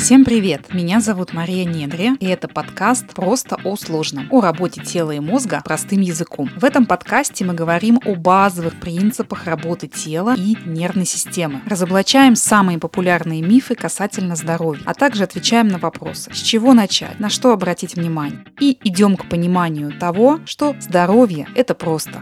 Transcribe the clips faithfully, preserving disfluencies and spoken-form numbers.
Всем привет! Меня зовут Мария Недре, и это подкаст «Просто о сложном», о работе тела и мозга простым языком. В этом подкасте мы говорим о базовых принципах работы тела и нервной системы, разоблачаем самые популярные мифы касательно здоровья, а также отвечаем на вопросы, с чего начать, на что обратить внимание, и идем к пониманию того, что здоровье – это просто.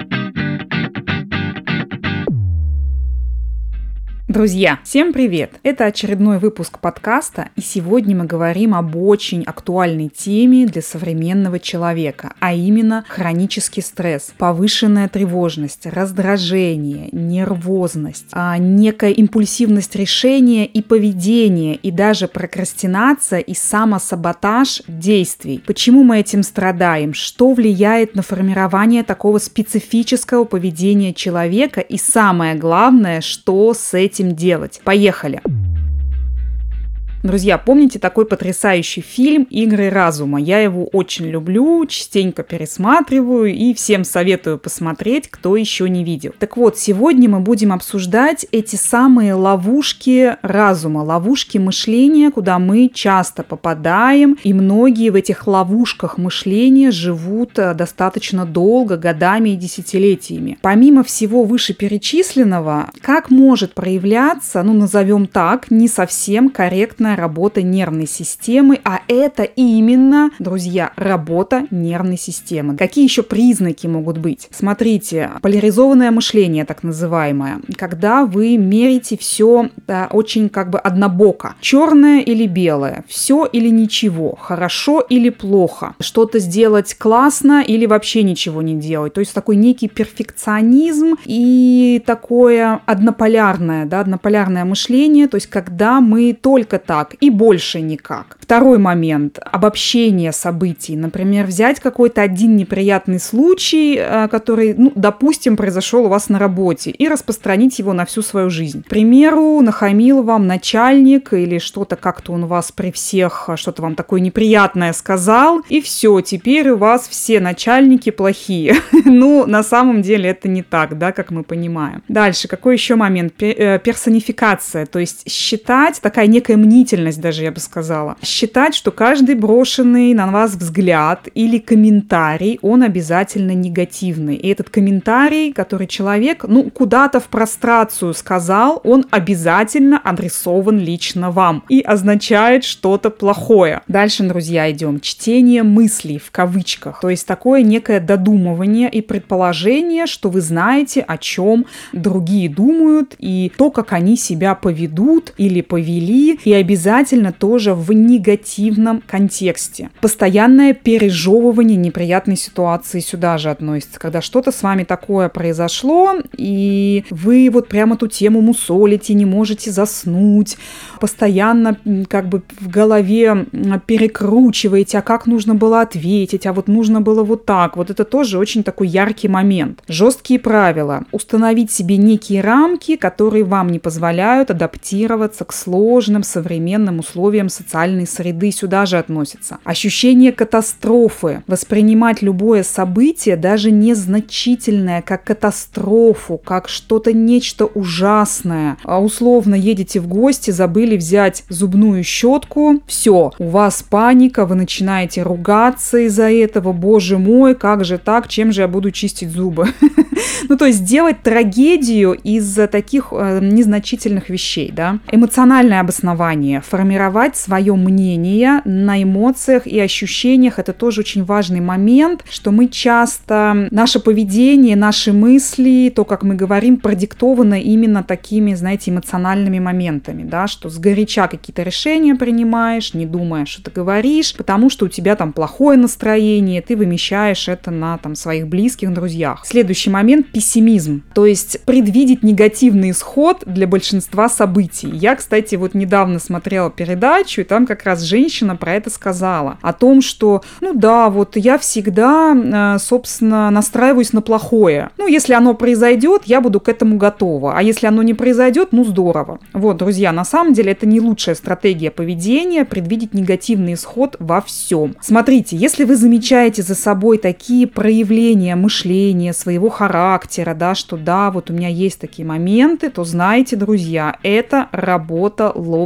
Друзья, всем привет! Это очередной выпуск подкаста, и сегодня мы говорим об очень актуальной теме для современного человека, а именно хронический стресс, повышенная тревожность, раздражение, нервозность, а некая импульсивность решения и поведения, и даже прокрастинация и самосаботаж действий. Почему мы этим страдаем? Что влияет на формирование такого специфического поведения человека? И самое главное, что с этим делать. Поехали! Друзья, помните такой потрясающий фильм «Игры разума»? Я его очень люблю, частенько пересматриваю и всем советую посмотреть, кто еще не видел. Так вот, сегодня мы будем обсуждать эти самые ловушки разума, ловушки мышления, куда мы часто попадаем, и многие в этих ловушках мышления живут достаточно долго, годами и десятилетиями. Помимо всего вышеперечисленного, как может проявляться, ну назовем так, не совсем корректная работа нервной системы, а это именно, друзья, работа нервной системы. Какие еще признаки могут быть? Смотрите, поляризованное мышление, так называемое, когда вы мерите все да, очень как бы однобоко. Черное или белое, все или ничего, хорошо или плохо, что-то сделать классно или вообще ничего не делать. То есть такой некий перфекционизм и такое однополярное, да, однополярное мышление, то есть когда мы только так и больше никак. Второй момент – обобщение событий. Например, взять какой-то один неприятный случай, который, ну, допустим, произошел у вас на работе, и распространить его на всю свою жизнь. К примеру, нахамил вам начальник или что-то как-то он вас при всех, что-то вам такое неприятное сказал, и все, теперь у вас все начальники плохие. Ну, на самом деле это не так, да, как мы понимаем. Дальше, какой еще момент? Персонификация, то есть считать, такая некая мнительность, даже я бы сказала. Считать, что каждый брошенный на вас взгляд или комментарий, он обязательно негативный. И этот комментарий, который человек, ну, куда-то в прострацию сказал, он обязательно адресован лично вам и означает что-то плохое. Дальше, друзья, идем. Чтение мыслей в кавычках. То есть такое некое додумывание и предположение, что вы знаете, о чем другие думают, и то, как они себя поведут или повели, и обязательно Обязательно тоже в негативном контексте. Постоянное пережевывание неприятной ситуации сюда же относится. Когда что-то с вами такое произошло, и вы вот прямо эту тему мусолите, не можете заснуть, постоянно как бы в голове перекручиваете, а как нужно было ответить, а вот нужно было вот так. Вот это тоже очень такой яркий момент. Жесткие правила. Установить себе некие рамки, которые вам не позволяют адаптироваться к сложным современным условиям социальной среды, сюда же относится. Ощущение катастрофы. Воспринимать любое событие, даже незначительное, как катастрофу, как что-то нечто ужасное. А условно едете в гости, забыли взять зубную щетку, все, у вас паника, вы начинаете ругаться из-за этого, боже мой, как же так, чем же я буду чистить зубы? Ну, то есть делать трагедию из-за таких э, незначительных вещей, да. Эмоциональное обоснование. Формировать свое мнение на эмоциях и ощущениях. Это тоже очень важный момент, что мы часто, наше поведение, наши мысли, то, как мы говорим, продиктовано именно такими, знаете, эмоциональными моментами, да, что сгоряча какие-то решения принимаешь, не думая, что ты говоришь, потому что у тебя там плохое настроение, ты вымещаешь это на там своих близких, друзьях. Следующий момент – пессимизм, то есть предвидеть негативный исход для большинства событий. Я, кстати, вот недавно смотрела передачу, и там как раз женщина про это сказала. О том, что, ну да, вот я всегда, собственно, настраиваюсь на плохое. Ну, если оно произойдет, я буду к этому готова. А если оно не произойдет, ну здорово. Вот, друзья, на самом деле это не лучшая стратегия поведения, предвидеть негативный исход во всем. Смотрите, если вы замечаете за собой такие проявления мышления, своего характера, да, что да, вот у меня есть такие моменты, то знайте, друзья, это работа лобных долей.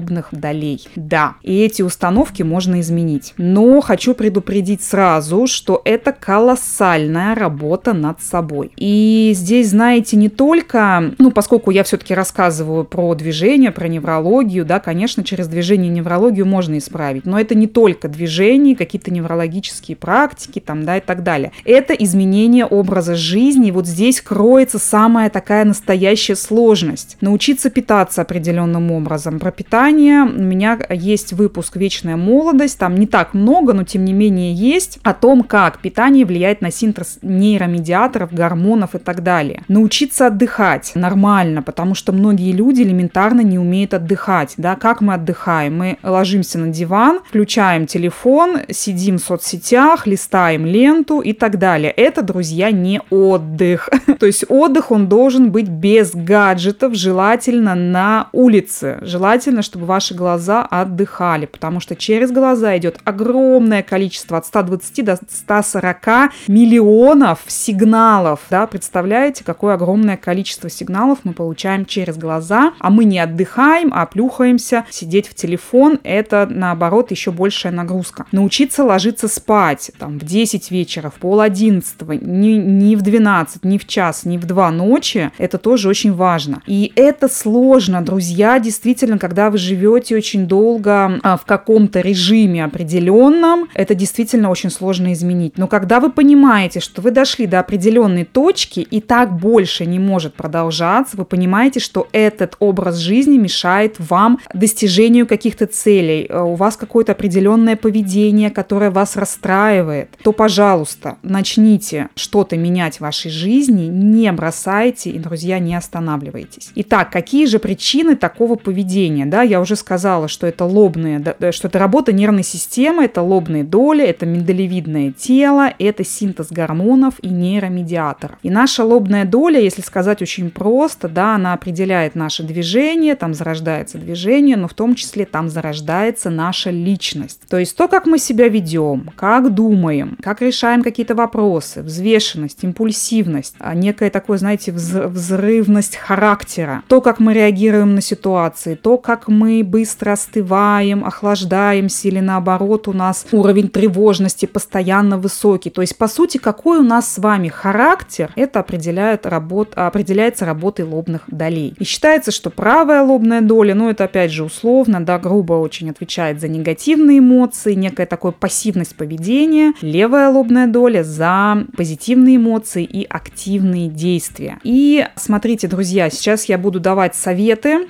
долей. Да, и эти установки можно изменить. Но хочу предупредить сразу, что это колоссальная работа над собой. И здесь, знаете, не только, ну, поскольку я все-таки рассказываю про движение, про неврологию, да, конечно, через движение и неврологию можно исправить, но это не только движение, какие-то неврологические практики, там, да, и так далее. Это изменение образа жизни, и вот здесь кроется самая такая настоящая сложность. Научиться питаться определенным образом. Про питание у меня есть выпуск «Вечная молодость», там не так много, но тем не менее есть, о том, как питание влияет на синтез нейромедиаторов, гормонов и так далее. Научиться отдыхать нормально, потому что многие люди элементарно не умеют отдыхать. Да? Как мы отдыхаем? Мы ложимся на диван, включаем телефон, сидим в соцсетях, листаем ленту и так далее. Это, друзья, не отдых. То есть отдых, он должен быть без гаджетов, желательно на улице. Желательно, чтобы ваши глаза отдыхали, потому что через глаза идет огромное количество, от ста двадцати до ста сорока миллионов сигналов. Да? Представляете, какое огромное количество сигналов мы получаем через глаза, а мы не отдыхаем, а плюхаемся сидеть в телефон. Это, наоборот, еще большая нагрузка. Научиться ложиться спать там, в десять вечера, в пол одиннадцатого, не, не в двенадцать, не в час, не в два ночи, это тоже очень важно. И это сложно, друзья, действительно, когда вы живете очень долго а, в каком-то режиме определенном, это действительно очень сложно изменить. Но когда вы понимаете, что вы дошли до определенной точки и так больше не может продолжаться, вы понимаете, что этот образ жизни мешает вам достижению каких-то целей, у вас какое-то определенное поведение, которое вас расстраивает, то, пожалуйста, начните что-то менять в вашей жизни, не бросайте и, друзья, не останавливайтесь. Итак, какие же причины такого поведения? Да, я уже сказала, что это лобные, что это работа нервной системы, это лобные доли, это миндалевидное тело, это синтез гормонов и нейромедиаторов. И наша лобная доля, если сказать очень просто, да, она определяет наше движение, там зарождается движение, но в том числе там зарождается наша личность. То есть то, как мы себя ведем, как думаем, как решаем какие-то вопросы, взвешенность, импульсивность, некая такая, знаете, взрывность характера, то, как мы реагируем на ситуации, то, как мы быстро остываем, охлаждаемся или наоборот у нас уровень тревожности постоянно высокий. То есть, по сути, какой у нас с вами характер, это определяет работ... определяется работой лобных долей. И считается, что правая лобная доля, ну это опять же условно, да, грубо очень отвечает за негативные эмоции, некая такая пассивность поведения, левая лобная доля за позитивные эмоции и активные действия. И смотрите, друзья, сейчас я буду давать советы,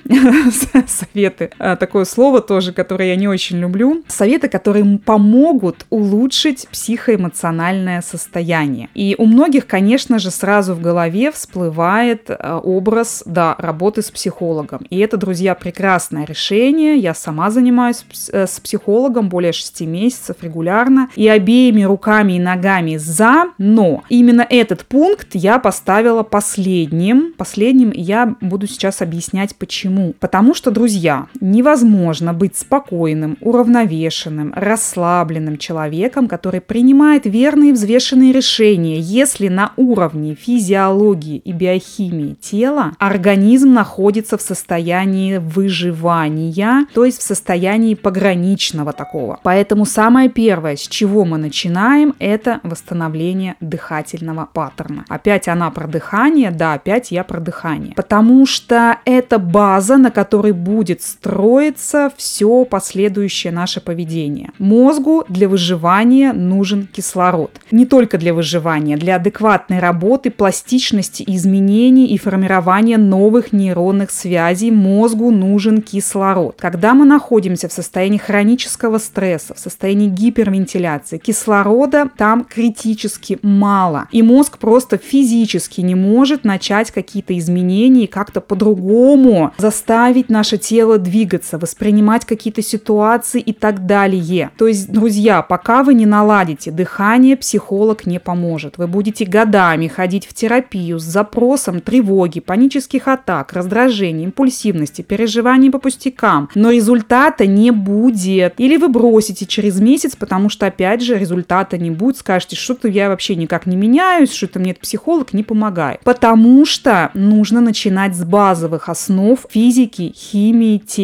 советы, такое слово тоже, которое я не очень люблю, советы, которые помогут улучшить психоэмоциональное состояние. И у многих, конечно же, сразу в голове всплывает образ, да, работы с психологом. И это, друзья, прекрасное решение. Я сама занимаюсь с психологом более шести месяцев регулярно и обеими руками и ногами за, но именно этот пункт я поставила последним. Последним я буду сейчас объяснять почему. Потому что, друзья, невозможно быть спокойным, уравновешенным, расслабленным человеком, который принимает верные взвешенные решения, если на уровне физиологии и биохимии тела организм находится в состоянии выживания, то есть в состоянии пограничного такого. Поэтому самое первое, с чего мы начинаем, это восстановление дыхательного паттерна. Опять она про дыхание, да, опять я про дыхание. Потому что это база, на которой будет строиться все последующее наше поведение. Мозгу для выживания нужен кислород. Не только для выживания, для адекватной работы, пластичности, изменений и формирования новых нейронных связей мозгу нужен кислород. Когда мы находимся в состоянии хронического стресса, в состоянии гипервентиляции, кислорода там критически мало. И мозг просто физически не может начать какие-то изменения и как-то по-другому заставить наше тело двигаться, воспринимать какие-то ситуации и так далее. То есть, друзья, пока вы не наладите дыхание, психолог не поможет. Вы будете годами ходить в терапию с запросом тревоги, панических атак, раздражения, импульсивности, переживаний по пустякам, но результата не будет. Или вы бросите через месяц, потому что, опять же, результата не будет, скажете, что-то я вообще никак не меняюсь, что-то мне этот психолог не помогает. Потому что нужно начинать с базовых основ физики, химии тела.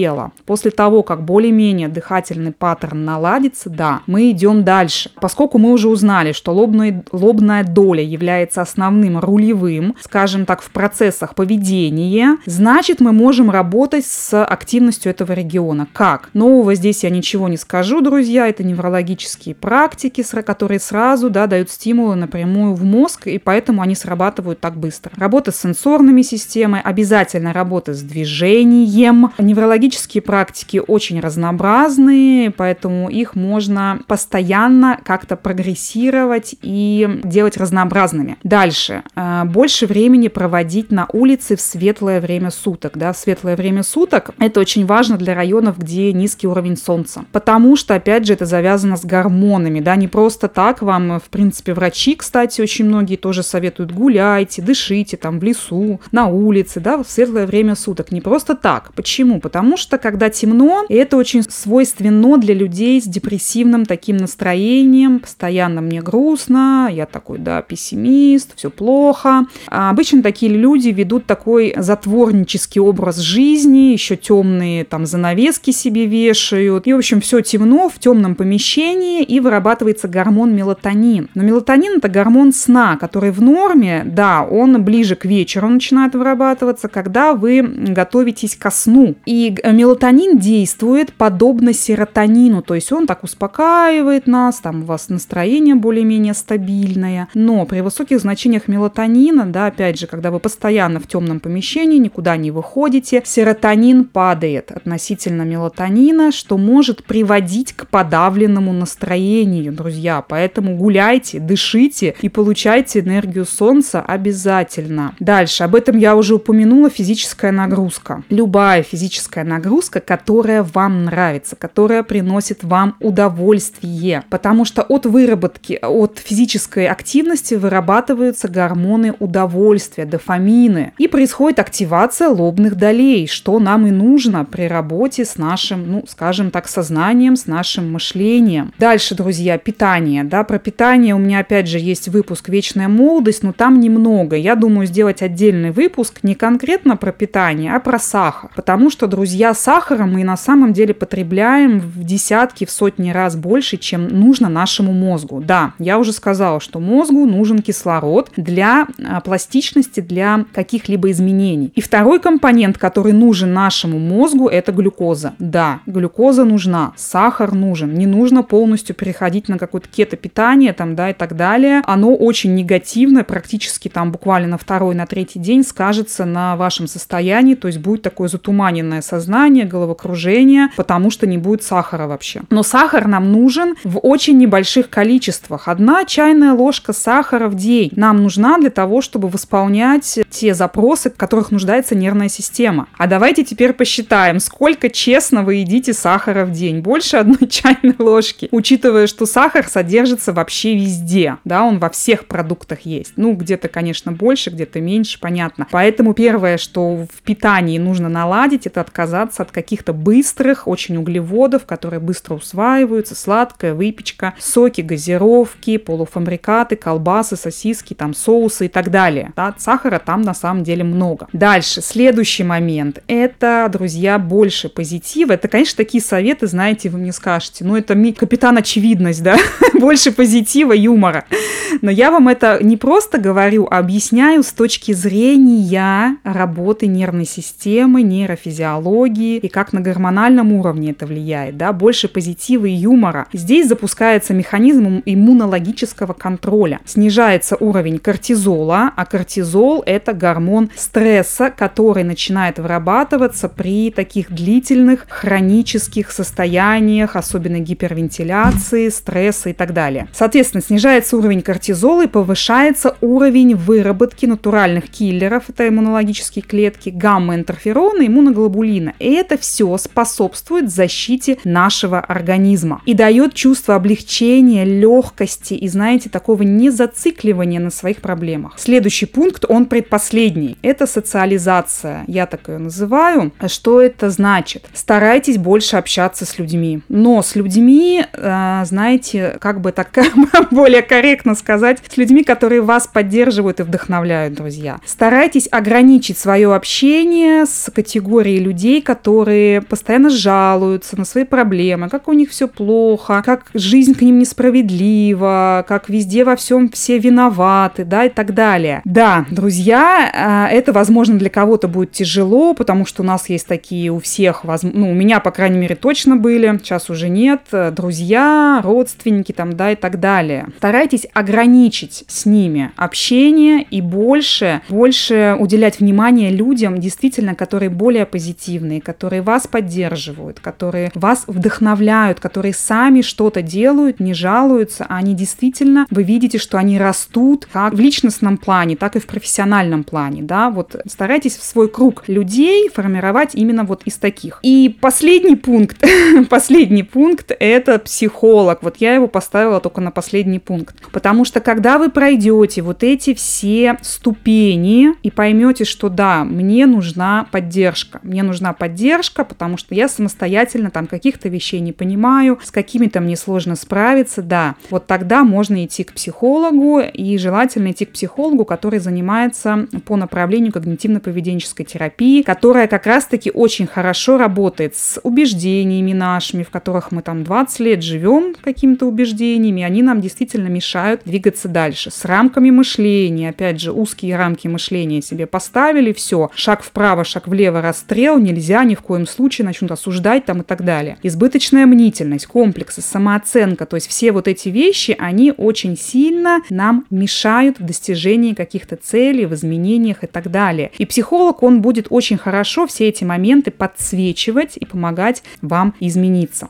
После того, как более-менее дыхательный паттерн наладится, да, мы идем дальше. Поскольку мы уже узнали, что лобная, лобная доля является основным рулевым, скажем так, в процессах поведения, значит, мы можем работать с активностью этого региона. Как? Нового здесь я ничего не скажу, друзья, это неврологические практики, которые сразу, да, дают стимулы напрямую в мозг, и поэтому они срабатывают так быстро. Работа с сенсорными системами, обязательно работа с движением. Неврологические практики очень разнообразные, поэтому их можно постоянно как-то прогрессировать и делать разнообразными. Дальше. Больше времени проводить на улице в светлое время суток. Да? В светлое время суток это очень важно для районов, где низкий уровень солнца. Потому что, опять же, это завязано с гормонами. Да? Не просто так вам, в принципе, врачи, кстати, очень многие тоже советуют: гуляйте, дышите там в лесу, на улице, да, в светлое время суток. Не просто так. Почему? Потому что, когда темно, и это очень свойственно для людей с депрессивным таким настроением, постоянно мне грустно, я такой, да, пессимист, все плохо. А обычно такие люди ведут такой затворнический образ жизни, еще темные там занавески себе вешают, и, в общем, все темно в темном помещении, и вырабатывается гормон мелатонин. Но мелатонин — это гормон сна, который в норме, да, он ближе к вечеру начинает вырабатываться, когда вы готовитесь ко сну. И мелатонин действует подобно серотонину, то есть он так успокаивает нас, там у вас настроение более-менее стабильное. Но при высоких значениях мелатонина, да, опять же, когда вы постоянно в темном помещении, никуда не выходите, серотонин падает относительно мелатонина, что может приводить к подавленному настроению, друзья. Поэтому гуляйте, дышите и получайте энергию солнца обязательно. Дальше, об этом я уже упомянула, физическая нагрузка. Любая физическая нагрузка, которая вам нравится, которая приносит вам удовольствие. Потому что от выработки, от физической активности вырабатываются гормоны удовольствия, дофамины. И происходит активация лобных долей, что нам и нужно при работе с нашим, ну, скажем так, сознанием, с нашим мышлением. Дальше, друзья, питание. Да, про питание у меня, опять же, есть выпуск «Вечная молодость», но там немного. Я думаю сделать отдельный выпуск не конкретно про питание, а про сахар. Потому что, друзья, сахара мы на самом деле потребляем в десятки, в сотни раз больше, чем нужно нашему мозгу. Да, я уже сказала, что мозгу нужен кислород для а, пластичности, для каких-либо изменений. И второй компонент, который нужен нашему мозгу, это глюкоза. Да, глюкоза нужна, сахар нужен. Не нужно полностью переходить на какое-то кето-питание там, да, и так далее. Оно очень негативно, практически там буквально на второй, на третий день скажется на вашем состоянии, то есть будет такое затуманенное сознание, головокружение, потому что не будет сахара вообще. Но сахар нам нужен в очень небольших количествах. Одна чайная ложка сахара в день нам нужна для того, чтобы восполнять те запросы, в которых нуждается нервная система. А давайте теперь посчитаем, сколько честно вы едите сахара в день. Больше одной чайной ложки. Учитывая, что сахар содержится вообще везде, да, он во всех продуктах есть. Ну, где-то, конечно, больше, где-то меньше, понятно. Поэтому первое, что в питании нужно наладить, это отказаться от каких-то быстрых, очень углеводов, которые быстро усваиваются, сладкая выпечка, соки, газировки, полуфабрикаты, колбасы, сосиски, там, соусы и так далее. Да, сахара там на самом деле много. Дальше, следующий момент. Это, друзья, больше позитива. Это, конечно, такие советы, знаете, вы мне скажете, ну, это капитан очевидность, да, больше позитива, юмора. Но я вам это не просто говорю, а объясняю с точки зрения работы нервной системы, нейрофизиологии и как на гормональном уровне это влияет, да, больше позитива и юмора. Здесь запускается механизм иммунологического контроля. Снижается уровень кортизола, а кортизол — это гормон стресса, который начинает вырабатываться при таких длительных хронических состояниях, особенно гипервентиляции, стресса и так далее. Соответственно, снижается уровень кортизола и повышается уровень выработки натуральных киллеров, это иммунологические клетки, гамма-интерферона, иммуноглобулина. И это все способствует защите нашего организма и дает чувство облегчения, легкости и, знаете, такого незацикливания на своих проблемах. Следующий пункт, он предпоследний. Это социализация. Я так ее называю. Что это значит? Старайтесь больше общаться с людьми. Но с людьми, э, знаете, как бы так более корректно сказать, с людьми, которые вас поддерживают и вдохновляют, друзья. Старайтесь ограничить свое общение с категорией людей, которые которые постоянно жалуются на свои проблемы, как у них все плохо, как жизнь к ним несправедлива, как везде во всем все виноваты, да, и так далее. Да, друзья, это, возможно, для кого-то будет тяжело, потому что у нас есть такие у всех, ну, у меня, по крайней мере, точно были, сейчас уже нет, друзья, родственники там, да, и так далее. Старайтесь ограничить с ними общение и больше, больше уделять внимание людям, действительно, которые более позитивные, которые вас поддерживают, которые вас вдохновляют, которые сами что-то делают, не жалуются, а они действительно, вы видите, что они растут как в личностном плане, так и в профессиональном плане, да, вот старайтесь в свой круг людей формировать именно вот из таких. И последний пункт, последний пункт — это психолог. Вот я его поставила только на последний пункт, потому что когда вы пройдете вот эти все ступени и поймете, что да, мне нужна поддержка, мне нужна поддержка, потому что я самостоятельно там каких-то вещей не понимаю, с какими-то мне сложно справиться, да, вот тогда можно идти к психологу, и желательно идти к психологу, который занимается по направлению когнитивно-поведенческой терапии, которая как раз-таки очень хорошо работает с убеждениями нашими, в которых мы там двадцать лет живем какими-то убеждениями, они нам действительно мешают двигаться дальше. С рамками мышления, опять же, узкие рамки мышления себе поставили, все, шаг вправо, шаг влево, расстрел, нельзя ни в коем случае, начнут осуждать там и так далее. Избыточная мнительность, комплексы, самооценка, то есть все вот эти вещи, они очень сильно нам мешают в достижении каких-то целей, в изменениях и так далее. И психолог, он будет очень хорошо все эти моменты подсвечивать и помогать вам измениться.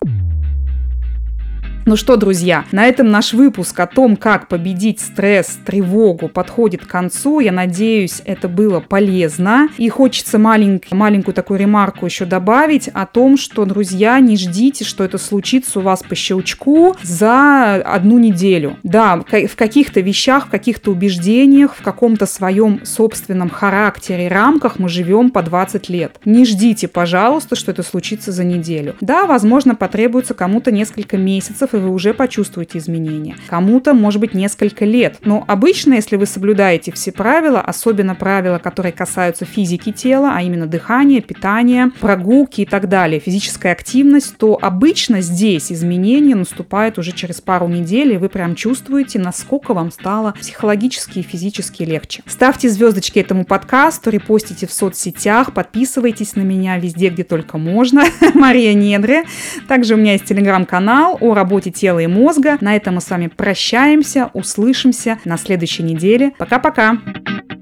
Ну что, друзья, на этом наш выпуск о том, как победить стресс, тревогу, подходит к концу. Я надеюсь, это было полезно. И хочется малень... маленькую такую ремарку еще добавить о том, что, друзья, не ждите, что это случится у вас по щелчку за одну неделю. Да, в каких-то вещах, в каких-то убеждениях, в каком-то своем собственном характере, рамках мы живем по двадцать лет. Не ждите, пожалуйста, что это случится за неделю. Да, возможно, потребуется кому-то несколько месяцев, и вы уже почувствуете изменения. Кому-то, может быть, несколько лет. Но обычно, если вы соблюдаете все правила, особенно правила, которые касаются физики тела, а именно дыхания, питания, прогулки и так далее, физическая активность, то обычно здесь изменения наступают уже через пару недель, и вы прям чувствуете, насколько вам стало психологически и физически легче. Ставьте звездочки этому подкасту, репостите в соцсетях, подписывайтесь на меня везде, где только можно. Мария Недре. Также у меня есть телеграм-канал о работе тела и мозга. На этом мы с вами прощаемся, услышимся на следующей неделе. Пока-пока!